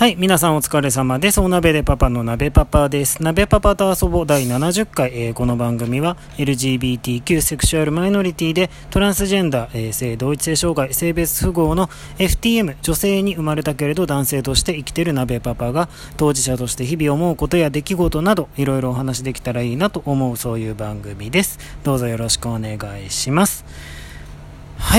はい、皆さんお疲れ様です。お鍋でパパの鍋パパです。鍋パパと遊ぼう第70回、この番組は LGBTQ セクシュアルマイノリティでトランスジェンダー、性同一性障害、性別不合の FTM 女性に生まれたけれど男性として生きている鍋パパが当事者として日々思うことや出来事などいろいろお話できたらいいなと思う、そういう番組です。どうぞよろしくお願いします。はい、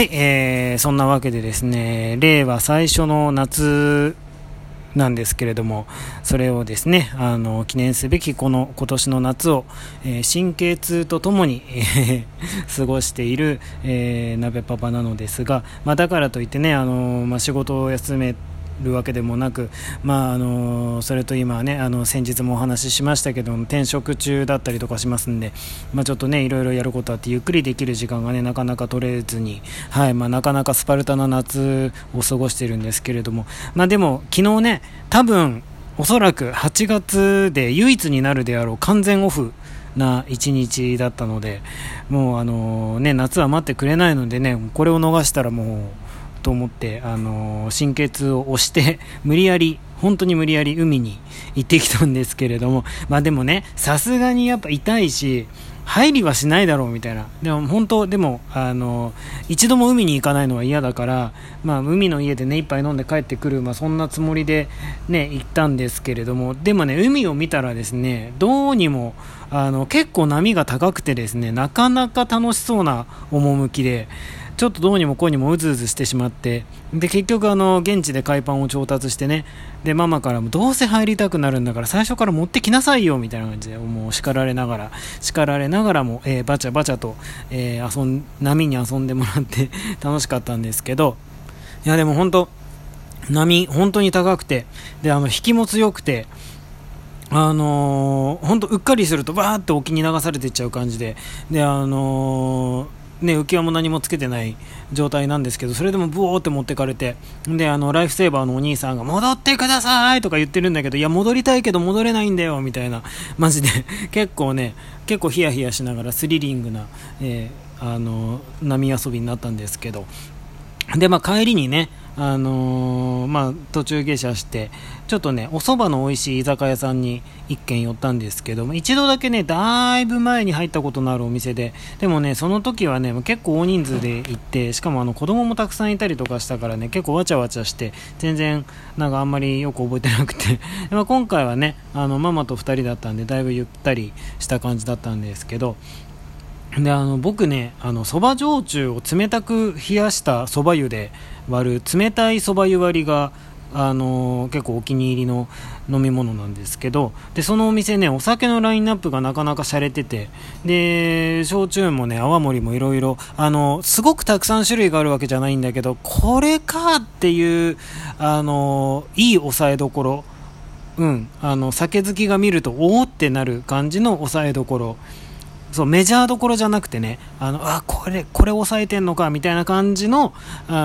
そんなわけでですね、令和最初の夏なんですけれども、それをですね記念すべき今年の夏を、神経痛とともに、過ごしている、鍋パパなのですが、だからといってね仕事を休めるわけでもなく、それと今はね先日もお話ししましたけど転職中だったりとかしますんで、ちょっとねいろいろやることあってゆっくりできる時間がねなかなか取れずに、なかなかスパルタな夏を過ごしているんですけれども、でも昨日ね多分おそらく8月で唯一になるであろう完全オフな一日だったので、もう夏は待ってくれないのでね、これを逃したらもうと思って神経痛を押して本当に無理やり海に行ってきたんですけれども、でもねさすがにやっぱ痛いし入りはしないだろうみたいな、でも一度も海に行かないのは嫌だから、海の家でね一杯飲んで帰ってくる、そんなつもりでね行ったんですけれども、でもね海を見たらですねどうにも結構波が高くてですね、なかなか楽しそうな趣でちょっとどうにもこうにもうずうずしてしまって、で結局現地で海パンを調達してね、でママからもどうせ入りたくなるんだから最初から持ってきなさいよみたいな感じでもう叱られながらも、バチャバチャと、波に遊んでもらって楽しかったんですけど、いやでも本当波本当に高くて、で引きも強くて、本当うっかりするとバーって沖に流されていっちゃう感じで、浮き輪も何もつけてない状態なんですけど、それでもブオーって持ってかれて、でライフセーバーのお兄さんが戻ってくださいとか言ってるんだけど、いや戻りたいけど戻れないんだよみたいな、マジで結構ヒヤヒヤしながらスリリングな、波遊びになったんですけど、で帰りにね途中下車してちょっとねお蕎麦の美味しい居酒屋さんに一軒寄ったんですけども、一度だけねだいぶ前に入ったことのあるお店で、でもねその時はね結構大人数で行って、しかも子供もたくさんいたりとかしたからね結構わちゃわちゃして全然あんまりよく覚えてなくて今回はねママと2人だったんでだいぶゆったりした感じだったんですけど、で僕ねそば焼酎を冷たく冷やしたそば湯で割る冷たいそば湯割りが結構お気に入りの飲み物なんですけど、でそのお店ねお酒のラインナップがなかなか洒落てて、で焼酎もね泡盛もいろいろすごくたくさん種類があるわけじゃないんだけど、これかっていういい抑えどころ、酒好きが見るとおーってなる感じの抑えどころ、そうメジャーどころじゃなくてねこれ抑えてんのかみたいな感じの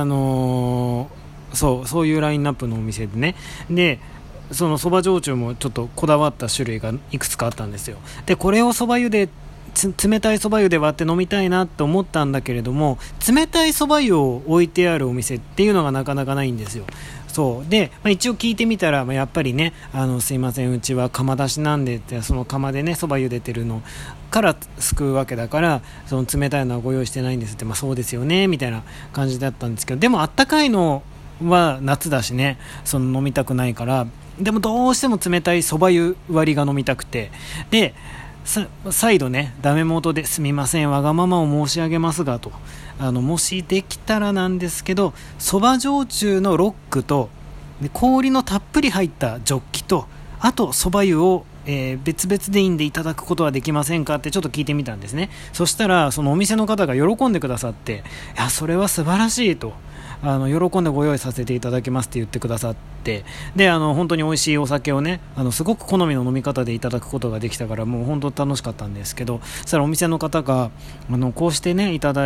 そういうラインナップのお店でね、でそのそば焼酎もちょっとこだわった種類がいくつかあったんですよ。でこれをそば湯で冷たいそば湯で割って飲みたいなと思ったんだけれども、冷たいそば湯を置いてあるお店っていうのがなかなかないんですよ。そうで、一応聞いてみたら、やっぱりねすいませんうちは釜出しなんでって、その釜でねそば茹でてるのからすくうわけだからその冷たいのはご用意してないんですって、そうですよねみたいな感じだったんですけど、でもあったかいのは夏だしね飲みたくないから、でもどうしても冷たいそば湯割りが飲みたくて、で再度ねダメ元ですみませんわがままを申し上げますがと、もしできたらなんですけどそば焼酎のロックとで氷のたっぷり入ったジョッキとあとそば湯を、別々でいいんでいただくことはできませんかってちょっと聞いてみたんですね。そしたらそのお店の方が喜んでくださって、いやそれは素晴らしいと、喜んでご用意させていただきますって言ってくださって、で本当に美味しいお酒をねすごく好みの飲み方でいただくことができたからもう本当楽しかったんですけど、そしたらお店の方がこうしてねいただい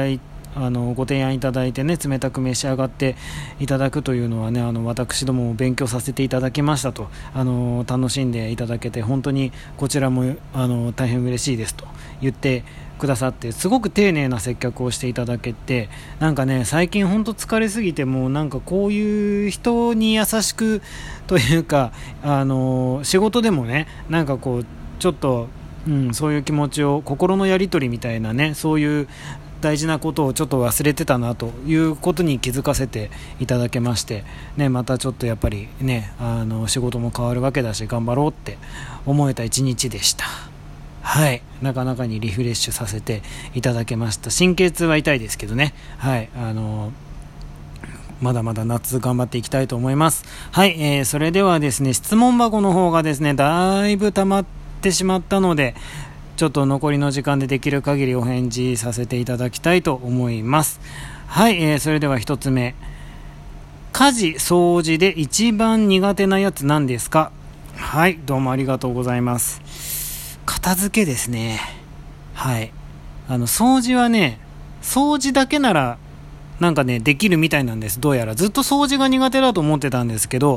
ご提案いただいてね、冷たく召し上がっていただくというのはね、私ども勉強させていただきましたと、楽しんでいただけて本当にこちらも大変嬉しいですと言ってくださって、すごく丁寧な接客をしていただけて、なんかね、最近本当疲れすぎて、もうなんかこういう人に優しくというか、仕事でもね、なんかこうちょっと、そういう気持ちを、心のやり取りみたいなね、そういう大事なことをちょっと忘れてたなということに気づかせていただけまして、ね、またちょっとやっぱりね、仕事も変わるわけだし頑張ろうって思えた一日でした。はい、なかなかにリフレッシュさせていただけました。神経痛は痛いですけどね、はい、まだまだ夏頑張っていきたいと思います。はい、それではですね、質問箱の方がですね、だいぶ溜まってしまったので、ちょっと残りの時間でできる限りお返事させていただきたいと思います。はい、それでは一つ目、家事掃除で一番苦手なやつ何ですか？はい、どうもありがとうございます。片付けですね。はい、掃除はね、掃除だけならなんかねできるみたいなんです。どうやらずっと掃除が苦手だと思ってたんですけど、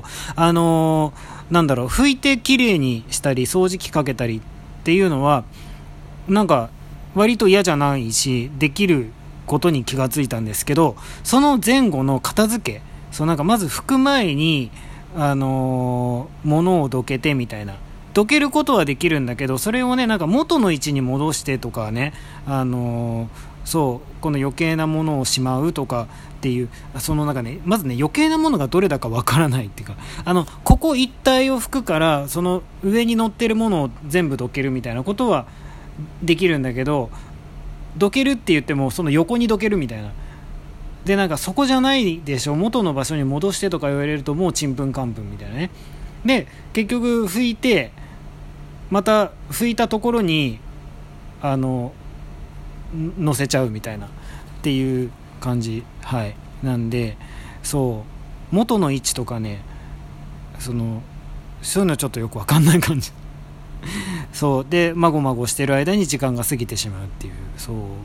拭いてきれいにしたり掃除機かけたりっていうのはなんか割と嫌じゃないし、できることに気がついたんですけど、その前後の片付け、なんかまず拭く前に物をどけてみたいな、どけることはできるんだけど、それをねなんか元の位置に戻してとかね、この余計なものをしまうとかっていう、なんかね、まずね余計なものがどれだかわからないっていうか、ここ一体を拭くからその上に乗ってるものを全部どけるみたいなことはできるんだけど、どけるって言ってもその横にどけるみたいなで、なんかそこじゃないでしょ、元の場所に戻してとか言われるともうちんぷんかんぷんみたいなね。で結局拭いて、また拭いたところに乗せちゃうみたいなっていう感じ。はい、なんで元の位置とかね、そういうのちょっとよくわかんない感じでまごまごしてる間に時間が過ぎてしまうっていう、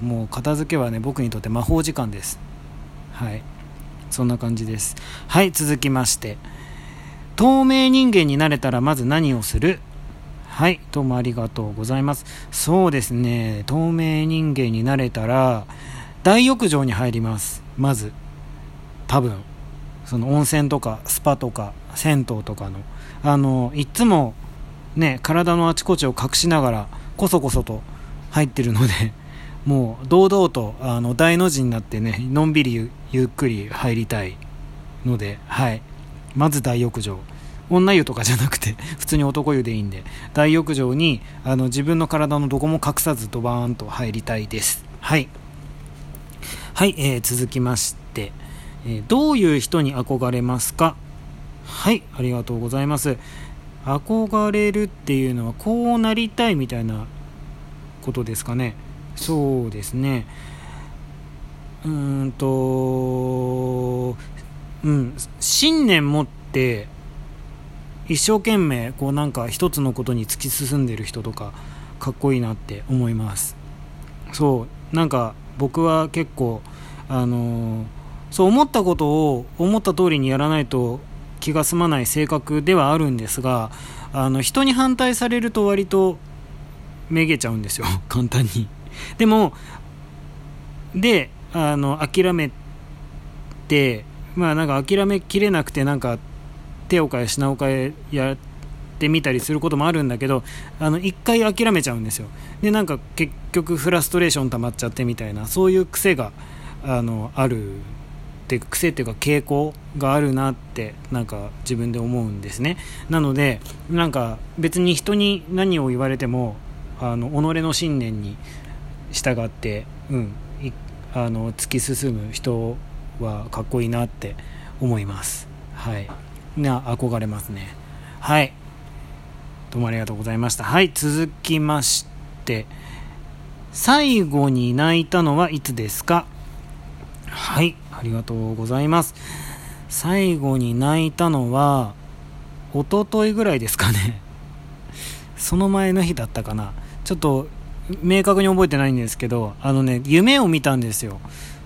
もう片付けはね僕にとって魔法時間です。はい、そんな感じです。はい、続きまして、透明人間になれたらまず何をする？はい、どうもありがとうございます。そうですね、透明人間になれたら大浴場に入ります。まず多分温泉とかスパとか銭湯とかのいつもね体のあちこちを隠しながらこそこそと入ってるので、もう堂々と大の字になってね、のんびりゆっくり入りたいので、はい、まず大浴場、女湯とかじゃなくて普通に男湯でいいんで、大浴場に自分の体のどこも隠さずドバーンと入りたいです。はい、はい、続きまして、どういう人に憧れますか？はい、ありがとうございます。憧れるっていうのはこうなりたいみたいなことですかね。そうですね、信念持って一生懸命なんか一つのことに突き進んでる人とかかっこいいなって思います。なんか僕は結構思ったことを思った通りにやらないと気が済まない性格ではあるんですが、人に反対されると割とめげちゃうんですよ簡単に。でも諦めて、なんか諦めきれなくて、なんか手を変え品を変えやってみたりすることもあるんだけど、一回諦めちゃうんですよ。でなんか結局フラストレーション溜まっちゃってみたいな、そういう癖があるって癖っていうか傾向があるなってなんか自分で思うんですね。なのでなんか別に人に何を言われても己の信念に従って、突き進む人はかっこいいなって思います。はい、憧れますね。はい、どうもありがとうございました。はい、続きまして、最後に泣いたのはいつですか？はい、ありがとうございます。最後に泣いたのは一昨日ぐらいですかねその前の日だったかな、ちょっと明確に覚えてないんですけど、夢を見たんですよ。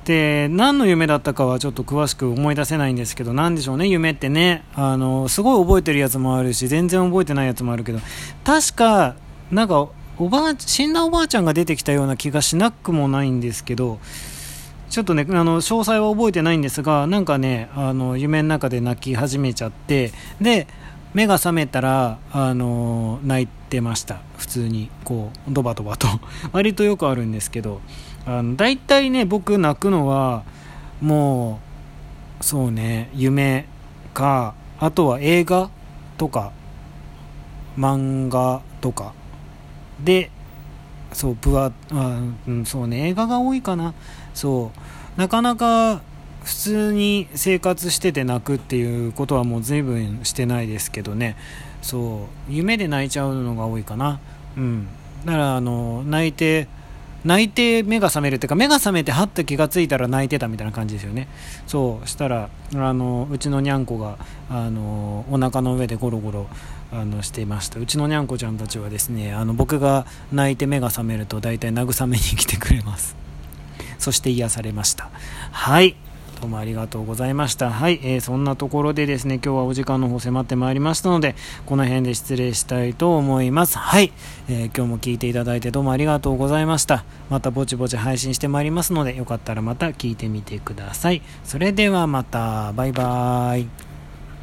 で、何の夢だったかはちょっと詳しく思い出せないんですけど、なんでしょうね、夢ってね、すごい覚えてるやつもあるし、全然覚えてないやつもあるけど、確かなんか死んだおばあちゃんが出てきたような気がしなくもないんですけど、ちょっとね、詳細は覚えてないんですが、なんかね、夢の中で泣き始めちゃって、で目が覚めたら泣いてました。普通にこうドバドバと割とよくあるんですけど、だいたいね、僕泣くのはもうそうね、夢か、あとは映画とか漫画とかで、そうそうね、映画が多いかな。そうなかなか普通に生活してて泣くっていうことはもう随分してないですけどね。そう夢で泣いちゃうのが多いかな。だから泣いて目が覚めるっていうか、目が覚めてはっと気がついたら泣いてたみたいな感じですよね。そうしたらうちのにゃんこがお腹の上でゴロゴロしていました。うちのにゃんこちゃんたちはですね、僕が泣いて目が覚めるとだいたい慰めに来てくれます。そして癒されました。はい、どうもありがとうございました。はい、そんなところでですね、今日はお時間の方迫ってまいりましたので、この辺で失礼したいと思います。はい、今日も聞いていただいてどうもありがとうございました。またぼちぼち配信してまいりますので、よかったらまた聞いてみてください。それではまた、バイバーイ。